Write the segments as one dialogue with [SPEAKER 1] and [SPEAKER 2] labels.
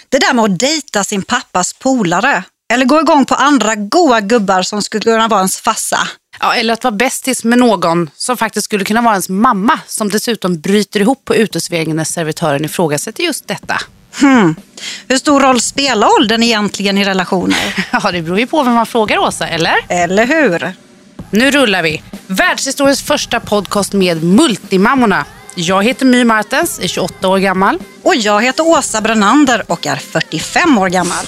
[SPEAKER 1] Det där med att dejta sin pappas polare. Eller gå igång på andra goa gubbar som skulle kunna vara ens farsa.
[SPEAKER 2] Ja, eller att vara bästis med någon som faktiskt skulle kunna vara ens mamma. Som dessutom bryter ihop på utesvägen när servitören ifrågasätter just detta.
[SPEAKER 1] Hur stor roll spelar åldern egentligen i relationer?
[SPEAKER 2] Ja, det beror ju på vem man frågar, Åsa, eller?
[SPEAKER 1] Eller hur?
[SPEAKER 2] Nu rullar vi. Världshistoriens första podcast med Multimammorna. Jag heter My Martens, är 28 år gammal.
[SPEAKER 1] Och jag heter Åsa Brannander och är 45 år gammal.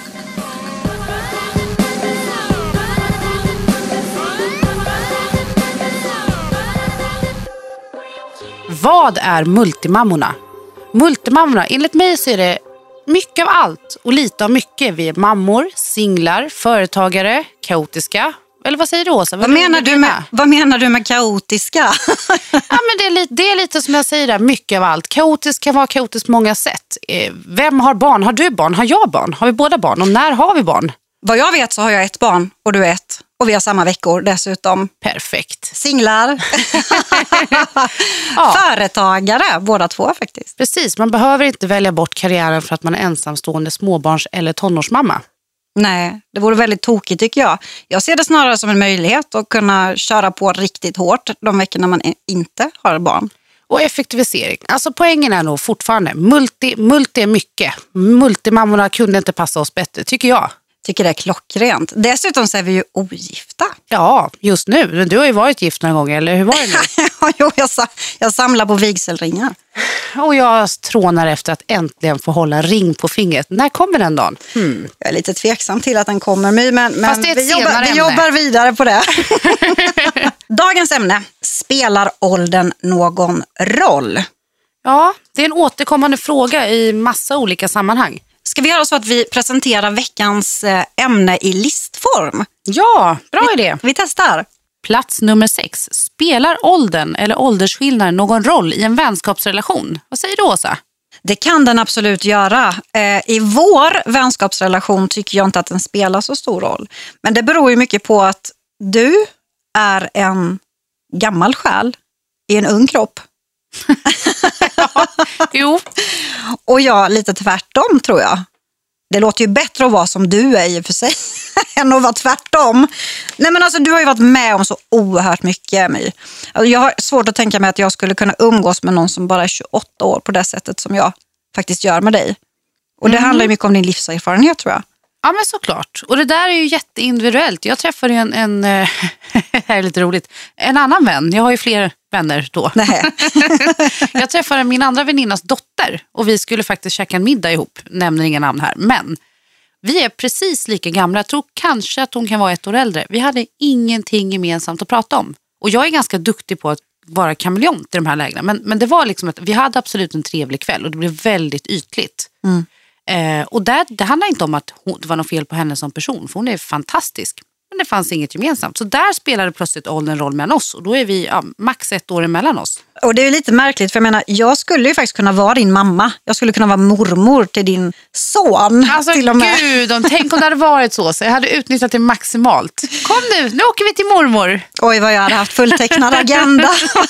[SPEAKER 2] Vad är multimammorna? Multimammorna, enligt mig så är det mycket av allt och lite av mycket. Vi är mammor, singlar, företagare, kaotiska. Eller vad säger du, Åsa?
[SPEAKER 1] Vad menar du med kaotiska?
[SPEAKER 2] Ja, men det är lite som jag säger där, mycket av allt. Kaotisk kan vara kaotisk på många sätt. Vem har barn? Har du barn? Har jag barn? Har vi båda barn? Och när har vi barn?
[SPEAKER 1] Vad jag vet så har jag ett barn och du ett. Och vi har samma veckor dessutom.
[SPEAKER 2] Perfekt.
[SPEAKER 1] Singlar.
[SPEAKER 2] Ja.
[SPEAKER 1] Företagare, båda två faktiskt.
[SPEAKER 2] Precis, man behöver inte välja bort karriären för att man är ensamstående småbarns- eller tonårsmamma.
[SPEAKER 1] Nej, det vore väldigt tokigt tycker jag. Jag ser det snarare som en möjlighet att kunna köra på riktigt hårt de veckorna man inte har barn.
[SPEAKER 2] Och effektivisering. Alltså poängen är nog fortfarande multi är mycket. Multimammorna kunde inte passa oss bättre, tycker jag.
[SPEAKER 1] Tycker det är klockrent. Dessutom så är vi ju ogifta.
[SPEAKER 2] Ja, just nu. Men du har ju varit gift några gånger, eller hur var det nu?
[SPEAKER 1] Jo, jag samlar på vigselringar.
[SPEAKER 2] Och jag trånar efter att äntligen få hålla en ring på fingret. När kommer den dagen?
[SPEAKER 1] Jag är lite tveksam till att den kommer, men
[SPEAKER 2] Fast det är
[SPEAKER 1] vi jobbar vidare på det. Dagens ämne, spelar åldern någon roll?
[SPEAKER 2] Ja, det är en återkommande fråga i massa olika sammanhang.
[SPEAKER 1] Ska vi göra så att vi presenterar veckans ämne i listform?
[SPEAKER 2] Ja, bra idé.
[SPEAKER 1] Vi testar.
[SPEAKER 2] Plats nummer 6. Spelar åldern eller åldersskillnaden någon roll i en vänskapsrelation? Vad säger du, Åsa?
[SPEAKER 1] Det kan den absolut göra. I vår vänskapsrelation tycker jag inte att den spelar så stor roll. Men det beror ju mycket på att du är en gammal själ i en ung kropp.
[SPEAKER 2] Ja, jo.
[SPEAKER 1] Och jag lite tvärtom tror jag. Det låter ju bättre att vara som du är i och för sig än att vara tvärtom. Nej men alltså du har ju varit med om så oerhört mycket, My. Alltså, jag har svårt att tänka mig att jag skulle kunna umgås med någon som bara är 28 år på det sättet som jag faktiskt gör med dig. Och det handlar ju mycket om din livserfarenhet tror jag.
[SPEAKER 2] Ja men såklart. Och det där är ju jätteindividuellt. Jag träffade ju en det här är lite roligt, en annan vän. Jag har ju fler vänner då.
[SPEAKER 1] Nej.
[SPEAKER 2] Jag träffade min andra väninnas dotter och vi skulle faktiskt käka en middag ihop. Nämner inga namn här. Men vi är precis lika gamla. Jag tror kanske att hon kan vara 1 år äldre. Vi hade ingenting gemensamt att prata om. Och jag är ganska duktig på att vara kameleont i de här lägena. Men det var liksom att vi hade absolut en trevlig kväll och det blev väldigt ytligt. Och det handlar inte om att det var något fel på henne som person. För hon är fantastisk. Men det fanns inget gemensamt. Så där spelade plötsligt åldern roll mellan oss. Och då är vi max 1 år emellan oss.
[SPEAKER 1] Och det är ju lite märkligt för jag menar, jag skulle ju faktiskt kunna vara din mamma. Jag skulle kunna vara mormor till din son.
[SPEAKER 2] Alltså
[SPEAKER 1] till och med.
[SPEAKER 2] gud, tänk om det hade varit så jag hade utnyttjat det maximalt. Kom nu åker vi till mormor.
[SPEAKER 1] Oj vad jag hade haft fulltecknad agenda.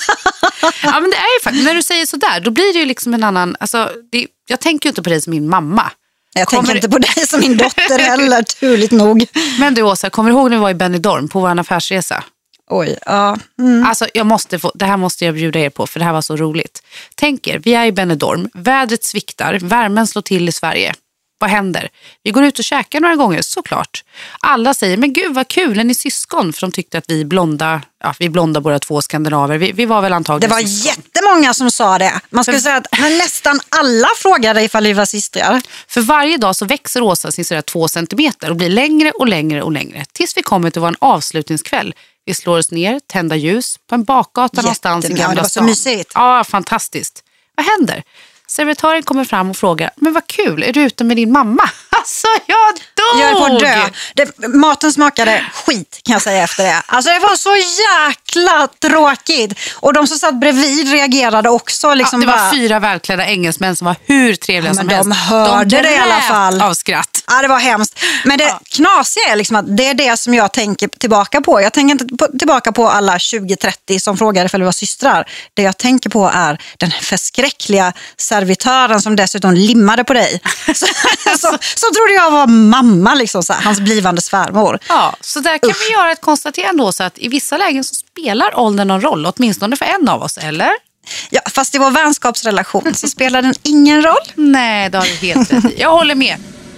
[SPEAKER 2] Ja men det är ju faktiskt, när du säger sådär, då blir det ju liksom en annan, alltså jag tänker ju inte på dig som min mamma.
[SPEAKER 1] Jag tänker inte på dig som min dotter heller, turligt nog.
[SPEAKER 2] Men du Åsa, kommer du ihåg när vi var i Benidorm på vår affärsresa?
[SPEAKER 1] Oj, ja.
[SPEAKER 2] Alltså det här måste jag bjuda er på för det här var så roligt. Tänk er, vi är i Benidorm, vädret sviktar, värmen slår till i Sverige. Vad händer? Vi går ut och käkar några gånger, såklart. Alla säger, men gud vad kul, är ni syskon? För de tyckte att vi är blonda båda två skandinaver. Vi var väl antagligen
[SPEAKER 1] Det var
[SPEAKER 2] syskon.
[SPEAKER 1] Jättemånga som sa det. Man skulle säga att nästan alla frågade ifall vi var systrar.
[SPEAKER 2] För varje dag så växer Åsa sin 2 centimeter och blir längre och längre och längre. Tills vi kommer till en avslutningskväll. Vi slår oss ner, tända ljus på en bakgata någonstans i Gamla
[SPEAKER 1] det var så
[SPEAKER 2] stan.
[SPEAKER 1] mysigt.
[SPEAKER 2] Ja, fantastiskt. Vad händer? Servitören kommer fram och frågar, men vad kul, är du ute med din mamma? Alltså, jag dog!
[SPEAKER 1] Jag är på att dö. Maten smakade skit kan jag säga efter det. Alltså det var så jäkla tråkigt. Och de som satt bredvid reagerade också. Liksom
[SPEAKER 2] det var 4 välklädda engelsmän som var hur trevliga som helst.
[SPEAKER 1] De hörde det i alla fall.
[SPEAKER 2] Av skratt.
[SPEAKER 1] Ja, det var hemskt. Men det knasiga är liksom att det är det som jag tänker tillbaka på. Jag tänker inte tillbaka på alla 20-30 som frågar ifall vi var systrar. Det jag tänker på är den förskräckliga servitören som dessutom limmade på dig. Så trodde jag var mamma, liksom, så här, hans blivande svärmor.
[SPEAKER 2] Ja, så där kan vi göra ett konstaterande då, så att i vissa lägen så spelar åldern någon roll, åtminstone för en av oss, eller?
[SPEAKER 1] Ja, fast i vår vänskapsrelation så spelar den ingen roll.
[SPEAKER 2] Nej, det har du helt rätt i. Jag håller med.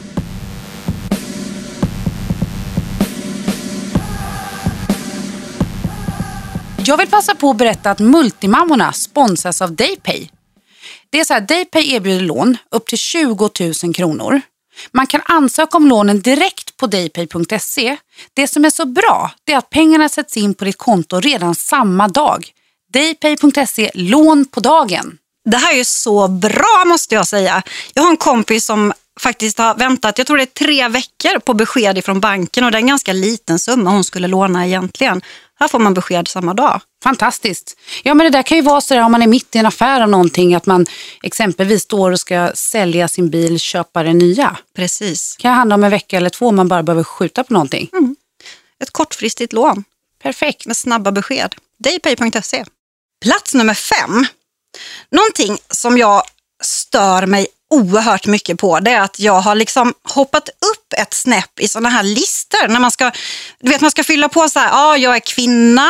[SPEAKER 2] Jag vill passa på att berätta att Multimammorna sponsras av Daypay. Det är så här, Daypay erbjuder lån upp till 20 000 kronor. Man kan ansöka om lånen direkt på daypay.se. Det som är så bra, det är att pengarna sätts in på ditt konto redan samma dag. Daypay.se, lån på dagen.
[SPEAKER 1] Det här är ju så bra, måste jag säga. Jag har en kompis som faktiskt har väntat, jag tror det är 3 veckor på besked från banken, och det är en ganska liten summa hon skulle låna egentligen. Här får man besked samma dag.
[SPEAKER 2] Fantastiskt. Ja, men det där kan ju vara så där om man är mitt i en affär av någonting, att man exempelvis står och ska sälja sin bil, köpa det nya.
[SPEAKER 1] Precis.
[SPEAKER 2] Kan handla om en vecka eller 2 om man bara behöver skjuta på någonting.
[SPEAKER 1] Ett kortfristigt lån.
[SPEAKER 2] Perfekt.
[SPEAKER 1] Med snabba besked. Daypay.se. Plats nummer 5. Någonting som jag stör mig oerhört mycket på, det är att jag har liksom hoppat upp ett snäpp i såna här listor när man ska, du vet, man ska fylla på så här, jag är kvinna,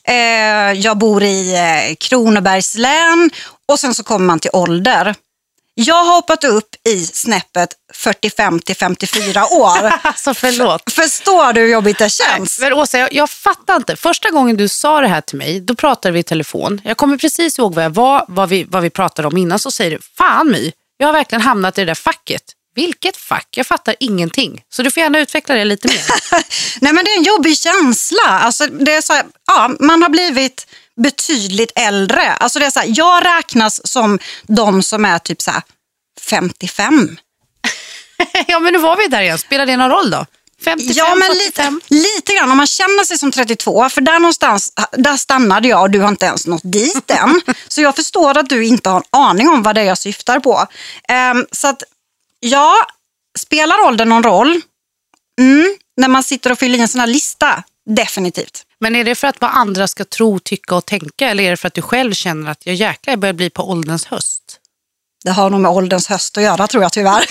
[SPEAKER 1] jag bor i Kronobergs län, och sen så kommer man till ålder. Jag har hoppat upp i snäppet 45 till 54 år.
[SPEAKER 2] Alltså förlåt.
[SPEAKER 1] Förstår du hur jobbigt det känns?
[SPEAKER 2] Nej, men Åsa, jag fattar inte. Första gången du sa det här till mig, då pratade vi i telefon. Jag kommer precis ihåg vad vi pratade om innan, så säger du, fan My, jag har verkligen hamnat i det där facket. Vilket fack? Jag fattar ingenting. Så du får gärna utveckla det lite mer.
[SPEAKER 1] Nej, men det är en jobbig känsla. Alltså, det är så här, man har blivit betydligt äldre. Alltså det är så här, jag räknas som de som är typ så här 55.
[SPEAKER 2] Ja, men nu var vi där igen. Spelar det någon roll då? 55,
[SPEAKER 1] ja, men
[SPEAKER 2] 45?
[SPEAKER 1] lite grann. Om man känner sig som 32, för där någonstans, där stannade jag och du har inte ens nått dit än. Så jag förstår att du inte har en aning om vad det är jag syftar på. Så att, ja, spelar åldern någon roll? När man sitter och fyller i en sån här lista, definitivt.
[SPEAKER 2] Men är det för att vad andra ska tro, tycka och tänka, eller är det för att du själv känner att jag börjar bli på ålderns höst?
[SPEAKER 1] Det har nog med ålderns höst att göra, tror jag tyvärr.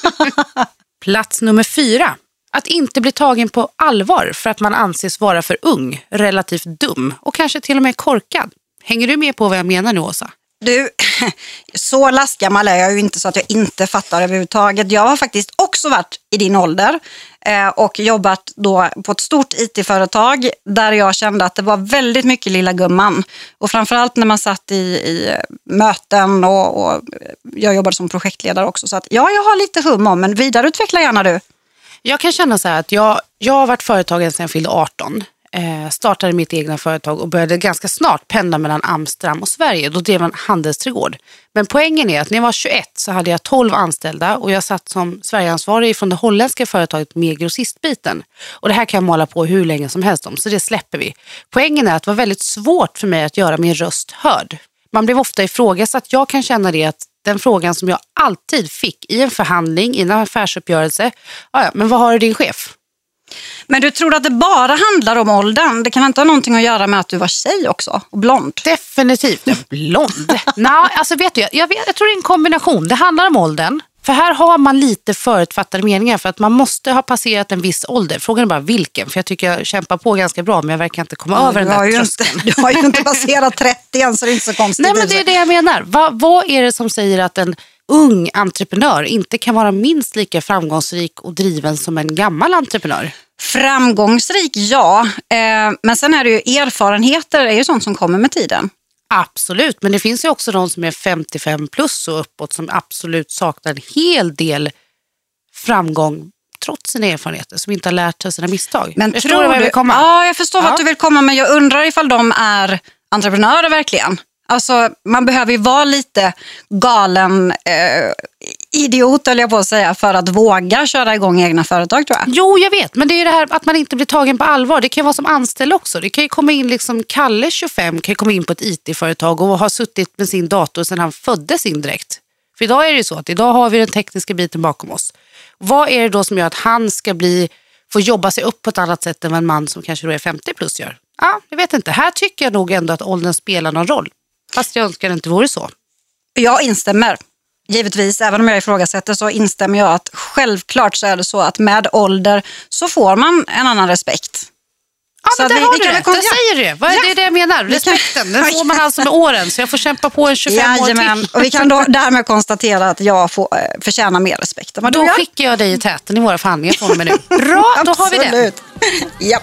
[SPEAKER 2] Plats nummer 4. Att inte bli tagen på allvar för att man anses vara för ung, relativt dum och kanske till och med korkad. Hänger du med på vad jag menar nu, Åsa?
[SPEAKER 1] Du, så lastgammal är jag ju inte så att jag inte fattar överhuvudtaget. Jag har faktiskt också varit i din ålder och jobbat då på ett stort IT-företag där jag kände att det var väldigt mycket lilla gumman. Och framförallt när man satt i möten och jag jobbade som projektledare också. Så att jag har lite hum om, men vidareutveckla gärna du.
[SPEAKER 2] Jag kan känna så här att jag har varit företagare sedan jag fyllde 18. Startade mitt egna företag och började ganska snart pendla mellan Amsterdam och Sverige. Då drev man handelsträdgård. Men poängen är att när jag var 21 så hade jag 12 anställda och jag satt som Sverigeansvarig från det holländska företaget med grossistbiten. Och det här kan jag måla på hur länge som helst om, så det släpper vi. Poängen är att det var väldigt svårt för mig att göra min röst hörd. Man blev ofta ifrågasatt. Jag kan känna det att den frågan som jag alltid fick i en förhandling, i en affärsuppgörelse, men vad har du din chef?
[SPEAKER 1] Men du tror att det bara handlar om åldern? Det kan inte ha någonting att göra med att du var tjej också och blond?
[SPEAKER 2] Definitivt blond. Alltså vet du, jag tror det är en kombination. Det handlar om åldern. För här har man lite förutfattade meningar för att man måste ha passerat en viss ålder. Frågan är bara vilken, för jag tycker jag kämpar på ganska bra men jag verkar inte komma över den där tröskeln.
[SPEAKER 1] Du har ju inte passerat 30 än, så det är inte så konstigt.
[SPEAKER 2] Nej, men det är det jag menar. Vad är det som säger att en ung entreprenör inte kan vara minst lika framgångsrik och driven som en gammal entreprenör?
[SPEAKER 1] Framgångsrik, ja. Men sen är det ju erfarenheter, är ju sånt som kommer med tiden.
[SPEAKER 2] Absolut, men det finns ju också de som är 55 plus och uppåt som absolut saknar en hel del framgång trots sina erfarenheter, som inte har lärt sig sina misstag.
[SPEAKER 1] Men
[SPEAKER 2] förstår du vad jag vill komma?
[SPEAKER 1] Ja, jag förstår vart du vill komma, men jag undrar ifall de är entreprenörer verkligen. Alltså, man behöver ju vara lite galen idiot, eller jag på att säga, för att våga köra igång egna företag, tror jag.
[SPEAKER 2] Jo, jag vet, men det är ju det här att man inte blir tagen på allvar. Det kan vara som anställd också. Det kan ju komma in liksom Kalle 25 kan ju komma in på ett IT-företag och ha suttit med sin dator sedan han föddes in direkt. För idag är det ju så att idag har vi den tekniska biten bakom oss. Vad är det då som gör att han ska få jobba sig upp på ett annat sätt än vad en man som kanske då är 50 plus gör? Ja, jag vet inte. Här tycker jag nog ändå att åldern spelar någon roll. Fast jag önskar det inte vore så.
[SPEAKER 1] Jag instämmer. Givetvis, även om jag ifrågasätter så instämmer jag att självklart så är det så att med ålder så får man en annan respekt.
[SPEAKER 2] Ja,
[SPEAKER 1] så
[SPEAKER 2] men där har du rätt.
[SPEAKER 1] Där
[SPEAKER 2] säger du det. Det är det jag menar. Respekten, den får man alltså med åren. Så jag får kämpa på en 25 år till.
[SPEAKER 1] Och vi kan då därmed konstatera att jag förtjänar mer respekt än vad du
[SPEAKER 2] Då
[SPEAKER 1] gör.
[SPEAKER 2] skickar jag dig i täten i våra förhandlingar från och med nu. Bra, då har vi det.
[SPEAKER 1] Absolut. Ja.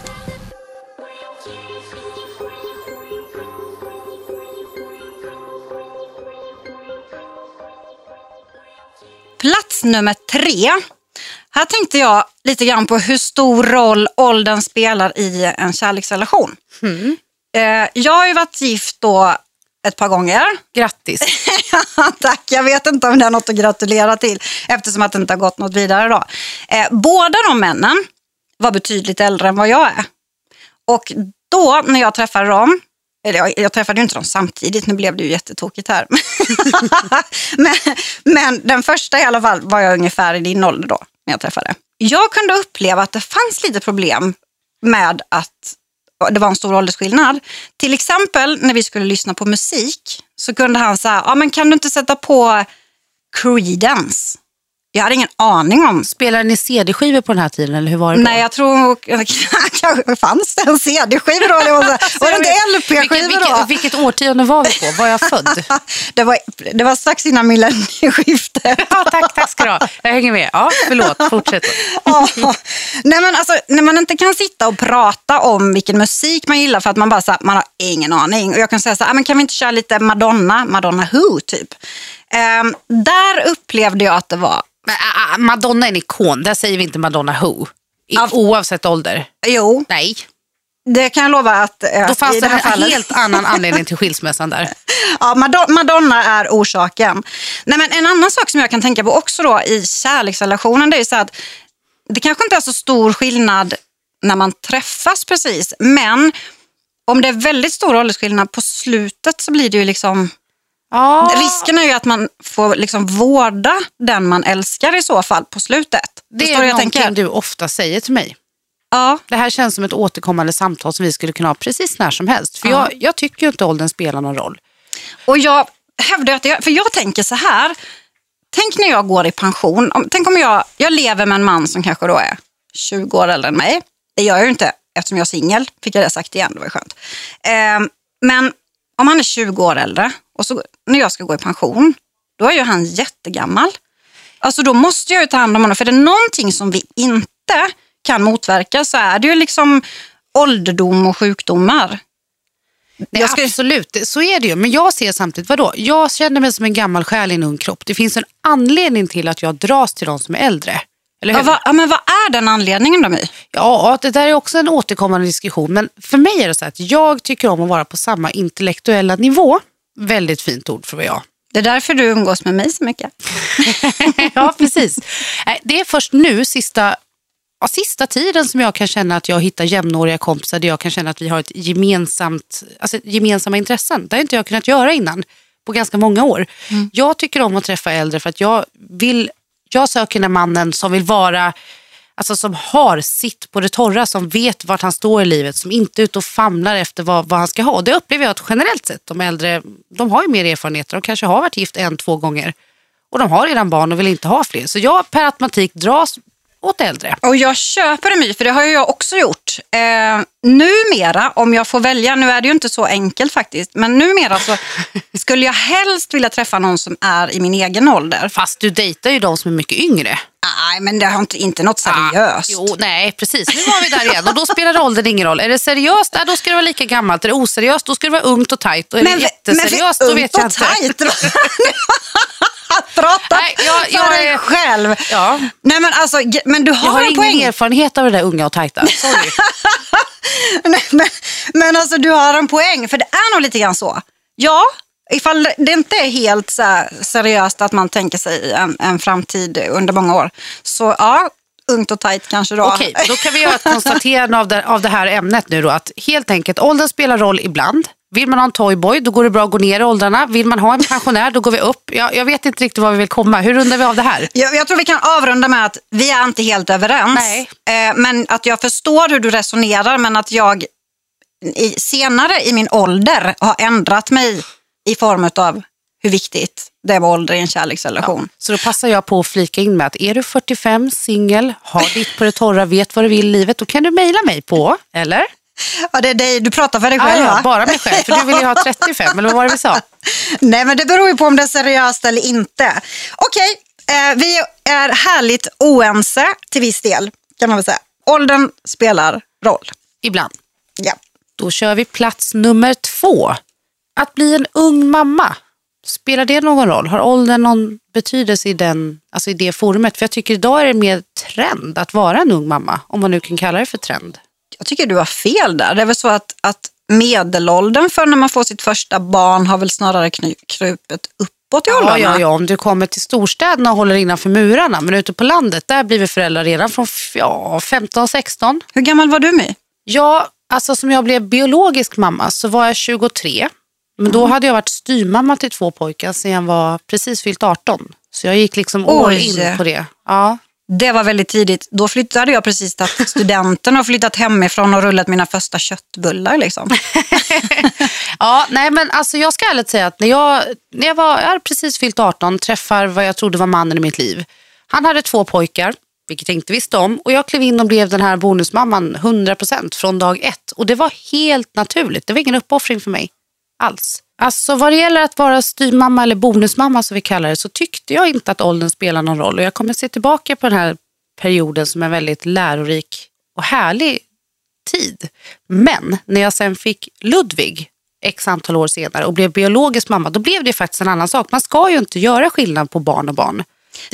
[SPEAKER 1] Plats nummer 3. Här tänkte jag lite grann på hur stor roll åldern spelar i en kärleksrelation. Jag har ju varit gift då ett par gånger.
[SPEAKER 2] Grattis.
[SPEAKER 1] Tack, jag vet inte om det är något att gratulera till eftersom att det inte har gått något vidare då. Båda de männen var betydligt äldre än vad jag är. Och då när jag träffade dem, eller jag träffade ju inte dem samtidigt, nu blev det ju jättetokigt här. men den första i alla fall var jag ungefär i din ålder då när jag träffade. Jag kunde uppleva att det fanns lite problem med att det var en stor åldersskillnad. Till exempel när vi skulle lyssna på musik så kunde han säga, ja men kan du inte sätta på Creedence? Jag hade ingen aning om.
[SPEAKER 2] Spelade ni CD-skivor på den här tiden eller hur var det då?
[SPEAKER 1] Nej, jag tror kanske fanns det en CD-skiva då. Var det inte LP-skiva då?
[SPEAKER 2] Vilket årtionde var vi på? Var jag född?
[SPEAKER 1] det var strax innan millennieskiftet.
[SPEAKER 2] Ja, tack ska du ha. Jag hänger med. Ja, förlåt. Fortsätt.
[SPEAKER 1] Nej, men alltså, när man inte kan sitta och prata om vilken musik man gillar för att man bara så här, man har ingen aning. Och jag kan säga så här, men kan vi inte köra lite Madonna Who typ? Där upplevde jag att det var...
[SPEAKER 2] Madonna är en ikon, där säger vi inte Madonna Who. Oavsett ålder.
[SPEAKER 1] Jo.
[SPEAKER 2] Nej.
[SPEAKER 1] Det kan jag lova att...
[SPEAKER 2] Då fanns det en helt annan anledning till skilsmässan där.
[SPEAKER 1] Ja, Madonna är orsaken. Nej, men en annan sak som jag kan tänka på också då i kärleksrelationen, det är ju så att det kanske inte är så stor skillnad när man träffas precis, men om det är väldigt stor åldersskillnad på slutet så blir det ju liksom... Risken är ju att man får liksom vårda den man älskar i så fall på slutet.
[SPEAKER 2] Det är någonting du ofta säger till mig.
[SPEAKER 1] Ja.
[SPEAKER 2] Det här känns som ett återkommande samtal som vi skulle kunna ha precis när som helst. För jag tycker ju inte åldern spelar någon roll.
[SPEAKER 1] Och jag hävdar att för jag tänker så här. Tänk när jag går i pension. Tänk om jag lever med en man som kanske då är 20 år äldre än mig. Det gör jag ju inte eftersom jag är singel. Fick jag det sagt igen, det var ju skönt. Men om han är 20 år äldre och så när jag ska gå i pension, då är ju han jättegammal. Alltså då måste jag ju ta hand om honom. För det är någonting som vi inte kan motverka så är det ju liksom ålderdom och sjukdomar.
[SPEAKER 2] Nej, absolut, så är det ju. Men jag ser samtidigt, vadå? Jag känner mig som en gammal själ i en ung kropp. Det finns en anledning till att jag dras till de som är äldre. Eller hur?
[SPEAKER 1] Men vad är den anledningen då, My?
[SPEAKER 2] Ja, det där är också en återkommande diskussion. Men för mig är det så att jag tycker om att vara på samma intellektuella nivå. Väldigt fint ord för vad jag.
[SPEAKER 1] Det är därför du umgås med mig så mycket.
[SPEAKER 2] Ja, precis. Det är först nu, sista tiden som jag kan känna att jag hittar jämnåriga kompisar där jag kan känna att vi har ett gemensamma intressen. Det har inte jag kunnat göra innan på ganska många år. Jag tycker om att träffa äldre för att jag söker den mannen som vill vara, alltså som har sitt på det torra, som vet vart han står i livet, som inte är ute och famlar efter vad han ska ha. Och det upplever jag att generellt sett, de äldre, de har ju mer erfarenheter. De kanske har varit gift 1-2 gånger. Och de har redan barn och vill inte ha fler. Så jag per automatik dras åt äldre.
[SPEAKER 1] Och jag köper det, My, för det har jag också gjort. Numera, om jag får välja, nu är det ju inte så enkelt faktiskt, men numera så skulle jag helst vilja träffa någon som är i min egen ålder.
[SPEAKER 2] Fast du dejtar ju de som är mycket yngre.
[SPEAKER 1] Nej, men det har inte något seriöst.
[SPEAKER 2] Nej, precis. Nu var vi där igen. Och då spelar åldern ingen roll. Är det seriöst? Då ska det vara lika gammalt. Är det oseriöst? Då ska det vara ungt och tajt. Och är det jätteseriöst? Då vet jag inte.
[SPEAKER 1] Prata för dig själv.
[SPEAKER 2] Ja.
[SPEAKER 1] Nej, men alltså, men du har en poäng.
[SPEAKER 2] Ingen erfarenhet av det där unga och tajta. Sorry.
[SPEAKER 1] Nej, men alltså du har en poäng. För det är nog lite grann så. Ja, ifall det inte är helt så här seriöst att man tänker sig en framtid under många år. Så ja, ungt och tajt kanske då.
[SPEAKER 2] Okej, då kan vi göra ett konstaterande av det här ämnet nu då. Att helt enkelt åldern spelar roll ibland. Vill man ha en toyboy, då går det bra att gå ner i åldrarna. Vill man ha en pensionär, då går vi upp. Jag vet inte riktigt var vi vill komma. Hur rundar vi av det här?
[SPEAKER 1] Jag tror vi kan avrunda med att vi är inte helt överens.
[SPEAKER 2] Nej.
[SPEAKER 1] Men att jag förstår hur du resonerar, men att jag senare i min ålder har ändrat mig i form av hur viktigt det är med ålder i en kärleksrelation.
[SPEAKER 2] Ja, så då passar jag på att flika in med att är du 45, singel, har ditt på det torra, vet vad du vill i livet, då kan du mejla mig på, eller?
[SPEAKER 1] Ja, det är dig, du pratar för dig själv, va?
[SPEAKER 2] Ja, bara mig själv, för du vill ju ha 35, eller vad var det vi sa?
[SPEAKER 1] Nej, men det beror ju på om det är seriöst eller inte. Okej, vi är härligt oense till viss del, kan man väl säga. Åldern spelar roll.
[SPEAKER 2] Ibland.
[SPEAKER 1] Ja.
[SPEAKER 2] Då kör vi plats nummer 2. Att bli en ung mamma. Spelar det någon roll? Har åldern någon betydelse i det forumet? För jag tycker idag är det mer trend att vara en ung mamma, om man nu kan kalla det för trend.
[SPEAKER 1] Jag tycker du har fel där. Det är väl så att medelåldern för när man får sitt första barn har väl snarare krupet uppåt i åldrarna.
[SPEAKER 2] Ja, om du kommer till storstäderna och håller innanför murarna. Men ute på landet, där blir vi föräldrar redan från 15-16.
[SPEAKER 1] Hur gammal var du, My?
[SPEAKER 2] Ja, alltså som jag blev biologisk mamma så var jag 23. Men då hade jag varit styrmamma till 2 pojkar sen jag var precis fyllt 18. Så jag gick liksom all in på det. Ja.
[SPEAKER 1] Det var väldigt tidigt. Då flyttade jag precis till studenten och flyttat hemifrån och rullat mina första köttbullar liksom.
[SPEAKER 2] Ja, nej men alltså jag ska ärligt säga att när jag hade precis fyllt 18, träffar vad jag trodde var mannen i mitt liv. Han hade 2 pojkar, vilket jag inte visste om. Och jag klev in och blev den här bonusmamman 100% från dag 1. Och det var helt naturligt. Det var ingen uppoffring för mig alls. Alltså vad det gäller att vara styrmamma eller bonusmamma som vi kallar det, så tyckte jag inte att åldern spelar någon roll. Och jag kommer se tillbaka på den här perioden som en väldigt lärorik och härlig tid. Men när jag sen fick Ludvig x antal år senare och blev biologisk mamma, då blev det faktiskt en annan sak. Man ska ju inte göra skillnad på barn och barn.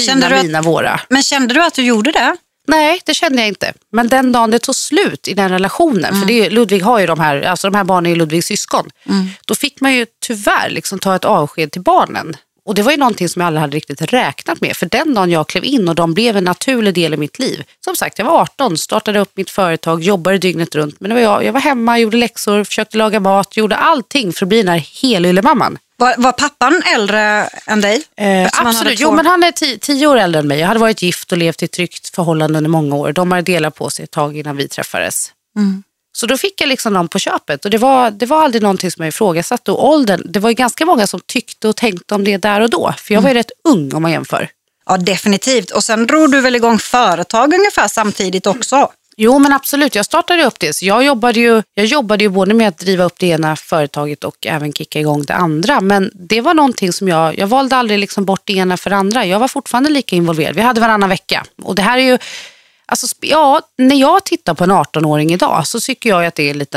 [SPEAKER 2] Våra.
[SPEAKER 1] Men kände du att du gjorde det?
[SPEAKER 2] Nej, det kände jag inte. Men den dagen det tog slut i den relationen, för Ludvig har ju de här barnen är ju Ludvigs syskon. Då fick man ju tyvärr liksom ta ett avsked till barnen. Och det var ju någonting som jag aldrig hade riktigt räknat med. För den dagen jag klev in och de blev en naturlig del i mitt liv. Som sagt, jag var 18, startade upp mitt företag, jobbade dygnet runt. Men det var jag var hemma, gjorde läxor, försökte laga mat, gjorde allting för att bli den här helyllemamman.
[SPEAKER 1] Var pappan äldre än dig?
[SPEAKER 2] Absolut, men han är 10 år äldre än mig. Jag hade varit gift och levt i ett tryggt förhållande under många år. De hade delat på sig ett tag innan vi träffades. Så då fick jag liksom dem på köpet. Och det var aldrig någonting som jag ifrågasatte. Och åldern, det var ju ganska många som tyckte och tänkte om det där och då. För jag var ju rätt ung om man jämför.
[SPEAKER 1] Ja, definitivt. Och sen drog du väl igång företag ungefär samtidigt också?
[SPEAKER 2] Jo, men absolut. Jag startade upp det. Så jag jobbade ju både med att driva upp det ena företaget och även kicka igång det andra. Men det var någonting som jag valde aldrig liksom bort det ena för det andra. Jag var fortfarande lika involverad. Vi hade varannan vecka. Och det här är ju, alltså, när jag tittar på en 18-åring idag så tycker jag att det är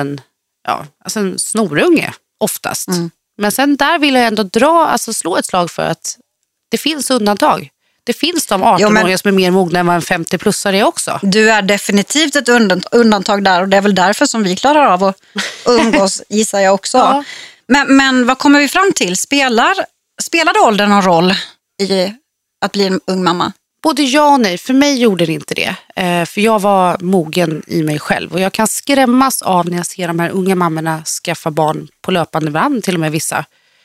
[SPEAKER 2] en snorunge oftast. Men sen där vill jag ändå slå ett slag för att det finns undantag. Det finns de 18-åringar som är mer mogna än vad en 50-plussare är också.
[SPEAKER 1] Du är definitivt ett undantag där och det är väl därför som vi klarar av att umgås, gissar jag också. Ja. Men vad kommer vi fram till? Spelade åldern någon roll i att bli en ung mamma?
[SPEAKER 2] Både ja och nej. För mig gjorde det inte det. För jag var mogen i mig själv. Och jag kan skrämmas av när jag ser de här unga mammorna skaffa barn på löpande band, till och med vissa.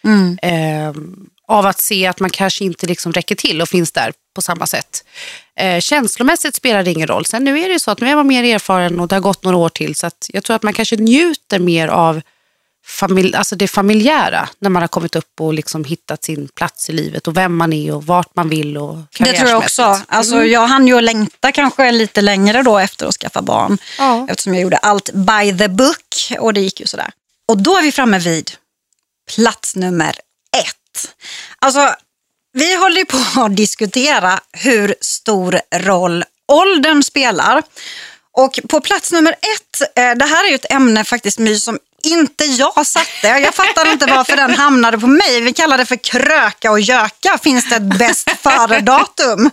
[SPEAKER 2] Av att se att man kanske inte liksom räcker till och finns där på samma sätt. Känslomässigt spelar det ingen roll. Sen nu är det så att nu är man mer erfaren och det har gått några år till. Så att jag tror att man kanske njuter mer av det familjära när man har kommit upp och liksom hittat sin plats i livet och vem man är och vart man vill och
[SPEAKER 1] det tror jag också. Alltså, jag hann ju längta kanske lite längre då efter att skaffa barn. Ja. Eftersom jag gjorde allt by the book och det gick ju sådär. Och då är vi framme vid plats nummer 1. Alltså, vi håller ju på att diskutera hur stor roll åldern spelar. Och på plats nummer 1, det här är ju ett ämne faktiskt, My, som inte jag satte. Jag fattar inte varför den hamnade på mig. Vi kallar det för kröka och göka. Finns det ett bäst före-datum?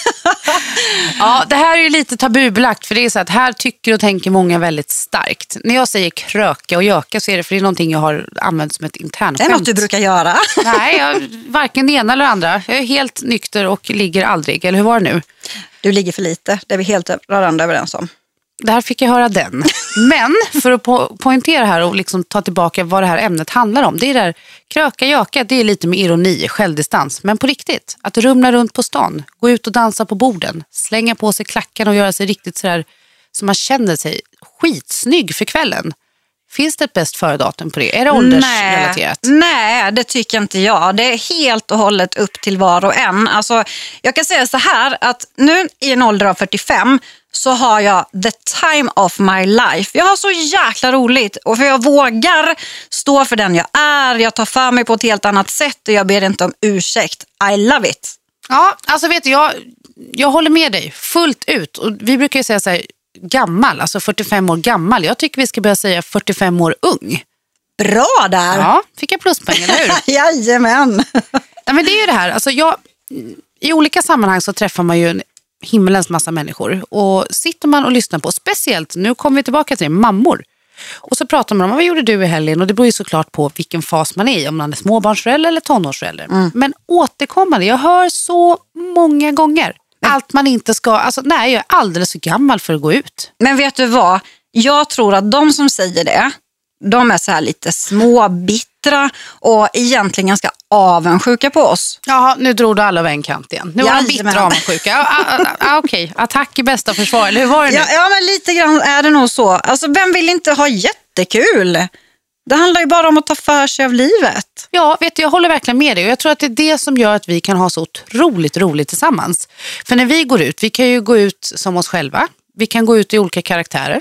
[SPEAKER 2] Ja, det här är ju lite tabubelagt. För det är så att här tycker och tänker många väldigt starkt. När jag säger kröka och göka så är det för det är någonting jag har använt som ett internskämt.
[SPEAKER 1] Det är något du brukar göra.
[SPEAKER 2] Nej, varken det ena eller andra. Jag är helt nykter och ligger aldrig. Eller hur var det nu?
[SPEAKER 1] Du ligger för lite. Det är vi helt rörande överens om.
[SPEAKER 2] Där fick jag höra den. Men för att poängtera här och liksom ta tillbaka vad det här ämnet handlar om. Det är där kröka, jaka, det är lite med ironi, självdistans. Men på riktigt, att rumla runt på stan, gå ut och dansa på borden, slänga på sig klackarna och göra sig riktigt sådär så man känner sig skitsnygg för kvällen. Finns det ett bäst före-datum på det? Är det åldersrelaterat?
[SPEAKER 1] Nej, det tycker inte jag. Det är helt och hållet upp till var och en. Alltså, jag kan säga så här att nu i en ålder av 45 så har jag the time of my life. Jag har så jäkla roligt och för jag vågar stå för den jag är. Jag tar för mig på ett helt annat sätt och jag ber inte om ursäkt. I love it.
[SPEAKER 2] Ja, alltså vet du, jag håller med dig fullt ut. Och vi brukar ju säga så här, gammal, alltså 45 år gammal. Jag tycker vi ska börja säga 45 år ung.
[SPEAKER 1] Bra där!
[SPEAKER 2] Ja, fick jag pluspoäng, eller hur?
[SPEAKER 1] Jajamän!
[SPEAKER 2] Ja, men det är ju det här, alltså i olika sammanhang så träffar man ju en himmelens massa människor. Och sitter man och lyssnar på, speciellt, nu kommer vi tillbaka till det, mammor. Och så pratar man om, vad gjorde du i helgen? Och det beror ju såklart på vilken fas man är i, om man är småbarnsförälder eller tonårsförälder. Men återkommande, jag hör så många gånger. Allt man inte ska, alltså nej, jag är alldeles för gammal för att gå ut.
[SPEAKER 1] Men vet du vad? Jag tror att de som säger det, de är så här lite småbittra och egentligen ganska avundsjuka på oss.
[SPEAKER 2] Jaha, nu drog du alla över en kant igen. Nu var de bittra avundsjuka. Okej, attack i bästa försvar, eller hur var det nu?
[SPEAKER 1] Ja, men lite grann är det nog så. Alltså, vem vill inte ha jättekul? Det handlar ju bara om att ta för sig av livet.
[SPEAKER 2] Ja, vet du, jag håller verkligen med dig. Och jag tror att det är det som gör att vi kan ha så otroligt roligt tillsammans. För när vi går ut, vi kan ju gå ut som oss själva. Vi kan gå ut i olika karaktärer.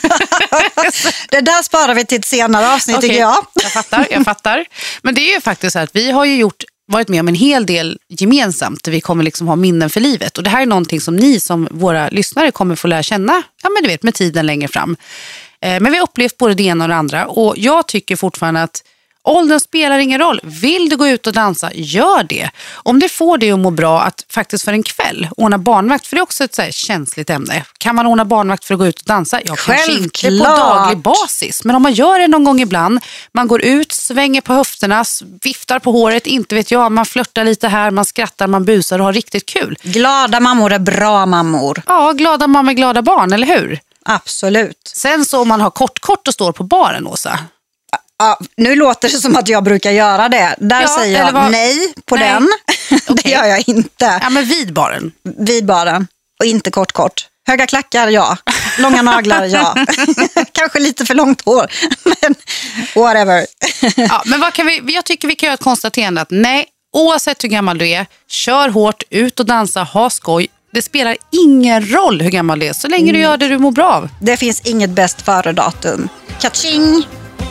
[SPEAKER 1] Det där sparar vi till ett senare avsnitt, tycker jag.
[SPEAKER 2] Jag fattar. Men det är ju faktiskt så att vi har ju varit med om en hel del gemensamt där vi kommer liksom ha minnen för livet. Och det här är någonting som ni som våra lyssnare kommer få lära känna, ja men du vet, med tiden längre fram. Men vi har upplevt både det ena och det andra. Och jag tycker fortfarande att åldern spelar ingen roll. Vill du gå ut och dansa, gör det. Om det får dig att må bra att faktiskt för en kväll ordna barnvakt, för det är också ett så här känsligt ämne. Kan man ordna barnvakt för att gå ut och dansa? Ja, kanske inte på daglig basis. Men om man gör det någon gång ibland, man går ut, svänger på höfterna, viftar på håret, inte vet jag, man flörtar lite här, man skrattar, man busar och har riktigt kul.
[SPEAKER 1] Glada mammor är bra mammor.
[SPEAKER 2] Ja, glada mammor, glada barn, eller hur?
[SPEAKER 1] Absolut.
[SPEAKER 2] Sen så om man har kort och står på baren, Åsa.
[SPEAKER 1] Ja, nu låter det som att jag brukar göra det. Där säger jag nej på den. Det gör jag inte.
[SPEAKER 2] Ja, men vid baren.
[SPEAKER 1] Vid baren. Och inte kort. Höga klackar, ja. Långa naglar, ja. Kanske lite för långt hår. Men whatever.
[SPEAKER 2] Ja, men jag tycker vi kan göra ett konstaterande att nej, oavsett hur gammal du är, kör hårt, ut och dansa, ha skoj. Det spelar ingen roll hur gammal du är, så länge du gör det du mår bra av.
[SPEAKER 1] Det finns inget bäst före datum. Kaching!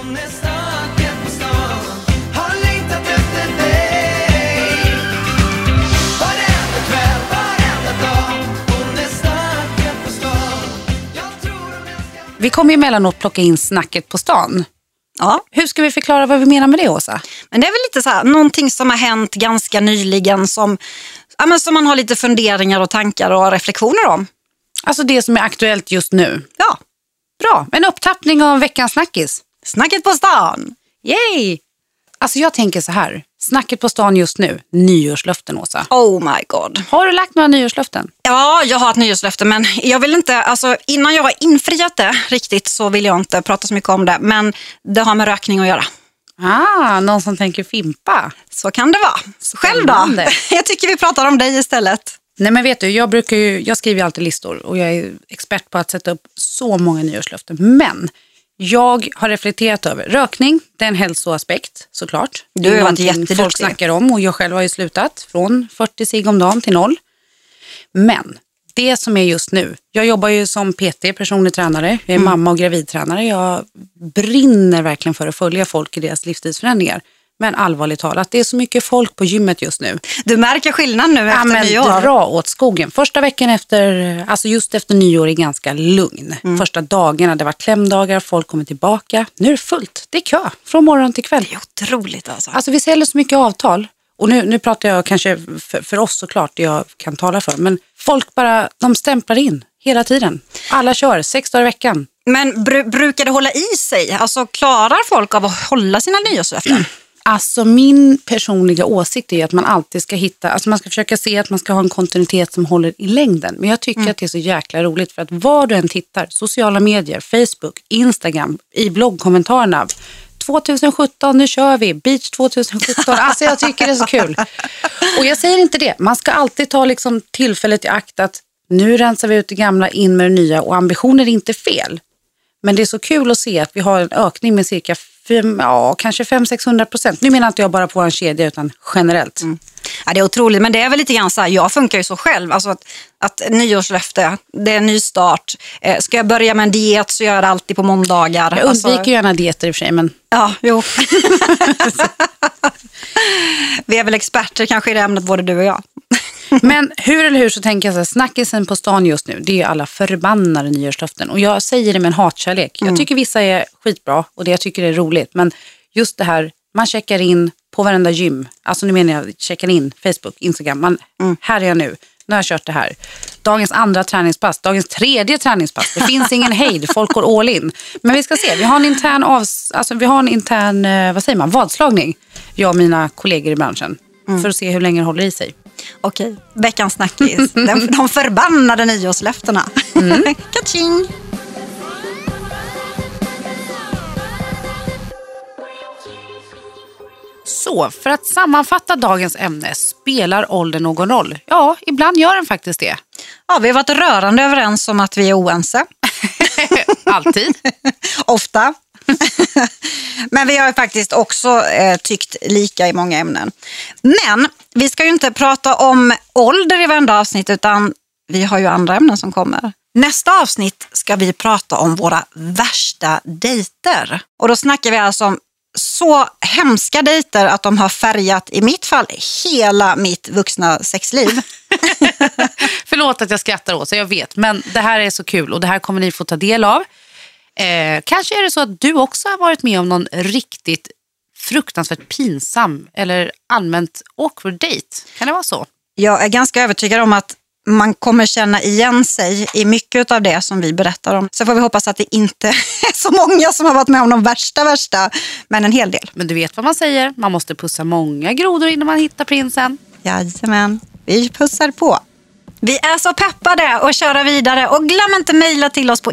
[SPEAKER 2] Vi kommer ju emellanåt plocka in snacket på stan.
[SPEAKER 1] Ja.
[SPEAKER 2] Hur ska vi förklara vad vi menar med det, Åsa?
[SPEAKER 1] Men det är väl lite så här, någonting som har hänt ganska nyligen som man har lite funderingar och tankar och reflektioner om.
[SPEAKER 2] Alltså det som är aktuellt just nu.
[SPEAKER 1] Ja.
[SPEAKER 2] Bra, en upptappning av veckans snackis.
[SPEAKER 1] Snacket på stan.
[SPEAKER 2] Yay! Alltså jag tänker så här, snacket på stan just nu, nyårslöften, Åsa.
[SPEAKER 1] Oh my god.
[SPEAKER 2] Har du lagt några nyårslöften?
[SPEAKER 1] Ja, jag har ett nyårslöfte, men jag vill inte, alltså innan jag har infriat det riktigt så vill jag inte prata så mycket om det, men det har med rökning att göra.
[SPEAKER 2] Någon som tänker fimpa.
[SPEAKER 1] Så kan det vara. Själv då? Jag tycker vi pratar om dig istället.
[SPEAKER 2] Nej, men vet du, jag skriver ju alltid listor och jag är expert på att sätta upp så många nyårslöften. Men jag har reflekterat över rökning, det är en hälsoaspekt såklart.
[SPEAKER 1] Du har varit jätteduktig.
[SPEAKER 2] Folk snackar om och jag själv har ju slutat från 40 cigg om dagen till 0. Men det som är just nu, jag jobbar ju som PT, personlig tränare, jag är mamma och gravidtränare. Jag brinner verkligen för att följa folk i deras livsstilsförändringar. Men allvarligt talat, det är så mycket folk på gymmet just nu.
[SPEAKER 1] Du märker skillnad nu efter nyår.
[SPEAKER 2] Dra åt skogen. Första veckan just efter nyår är ganska lugn. Första dagarna, det var klämdagar, folk kommer tillbaka. Nu är det fullt, det är kö från morgon till kväll.
[SPEAKER 1] Det är otroligt alltså.
[SPEAKER 2] Alltså vi säljer så mycket avtal. Och nu pratar jag kanske för oss såklart, det jag kan tala för. Men folk bara, de stämplar in hela tiden. Alla kör 6 dagar i veckan.
[SPEAKER 1] Men brukar det hålla i sig? Alltså klarar folk av att hålla sina nyårslöften?
[SPEAKER 2] Alltså min personliga åsikt är att man alltid ska hitta, alltså man ska försöka se att man ska ha en kontinuitet som håller i längden. Men jag tycker att det är så jäkla roligt för att var du än tittar, sociala medier, Facebook, Instagram, i bloggkommentarerna, 2017, nu kör vi, Beach 2017, alltså jag tycker det är så kul. Och jag säger inte det, man ska alltid ta liksom tillfället i akt att nu rensar vi ut det gamla, in med det nya och ambitioner är inte fel. Men det är så kul att se att vi har en ökning med cirka kanske 500-600%. Nu menar inte jag bara på en kedja utan generellt.
[SPEAKER 1] Ja, det är otroligt, men det är väl lite grann så här, jag funkar ju så själv. Alltså att nyårslöfte, det är en ny start. Ska jag börja med en diet så gör jag det alltid på måndagar.
[SPEAKER 2] Jag undviker gärna dieter i och för sig, men...
[SPEAKER 1] Ja, jo. Vi är väl experter kanske i det ämnet, både du och jag.
[SPEAKER 2] Men hur eller hur så tänker jag så här, snackisen på stan just nu, det är alla förbannade nyårslöften. Och jag säger det med en hatkärlek. Jag tycker vissa är skitbra och det jag tycker är roligt. Men just det här, man checkar in på varenda gym. Alltså nu menar jag, checkar in Facebook, Instagram. Här är jag nu har jag kört det här. Dagens andra träningspass, dagens tredje träningspass. Det finns ingen hejd, folk går all in. Men vi ska se, vi har en intern vadslagning. Jag och mina kollegor i branschen. För att se hur länge det håller i sig.
[SPEAKER 1] Okej, veckans snackis. De förbannade nyårslöftena. Kaching!
[SPEAKER 2] Så, för att sammanfatta dagens ämne, spelar ålder någon roll? Ja, ibland gör den faktiskt det.
[SPEAKER 1] Ja, vi har varit rörande överens om att vi är oense.
[SPEAKER 2] Alltid.
[SPEAKER 1] Ofta. Men vi har faktiskt också tyckt lika i många ämnen. Men vi ska ju inte prata om ålder i varenda avsnitt, utan vi har ju andra ämnen som kommer. Nästa avsnitt ska vi prata om våra värsta dejter. Och då snackar vi alltså om så hemska dejter att de har färgat, i mitt fall, hela mitt vuxna sexliv.
[SPEAKER 2] Förlåt att jag skrattar åt så jag vet, men det här är så kul och det här kommer ni få ta del av. Kanske är det så att du också har varit med om någon riktigt fruktansvärt pinsam eller allmänt awkward date. Kan det vara så? Jag är ganska övertygad om att man kommer känna igen sig i mycket av det som vi berättar om. Så får vi hoppas att det inte är så många som har varit med om de värsta, men en hel del. Men du vet vad man säger, man måste pussa många grodor innan man hittar prinsen. Jajamän, vi pussar på. Vi är så peppade att köra vidare och glöm inte mejla till oss på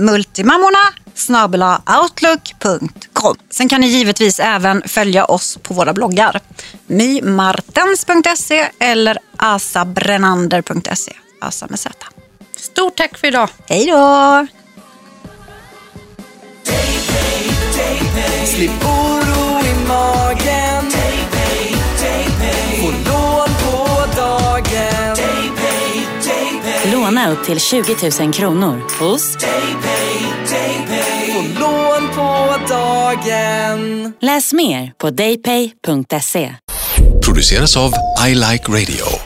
[SPEAKER 2] multimammorna@outlook.com. Sen kan ni givetvis även följa oss på våra bloggar. mymartens.se eller asabrenander.se. Asa med Z. Stort tack för idag. Hej då!
[SPEAKER 3] Slipp oro i magen. Få lån på dagen.
[SPEAKER 4] Låna upp till 20 000 kronor hos
[SPEAKER 3] Få lån på dagen.
[SPEAKER 4] Läs mer på daypay.se.
[SPEAKER 5] Produceras av I Like Radio.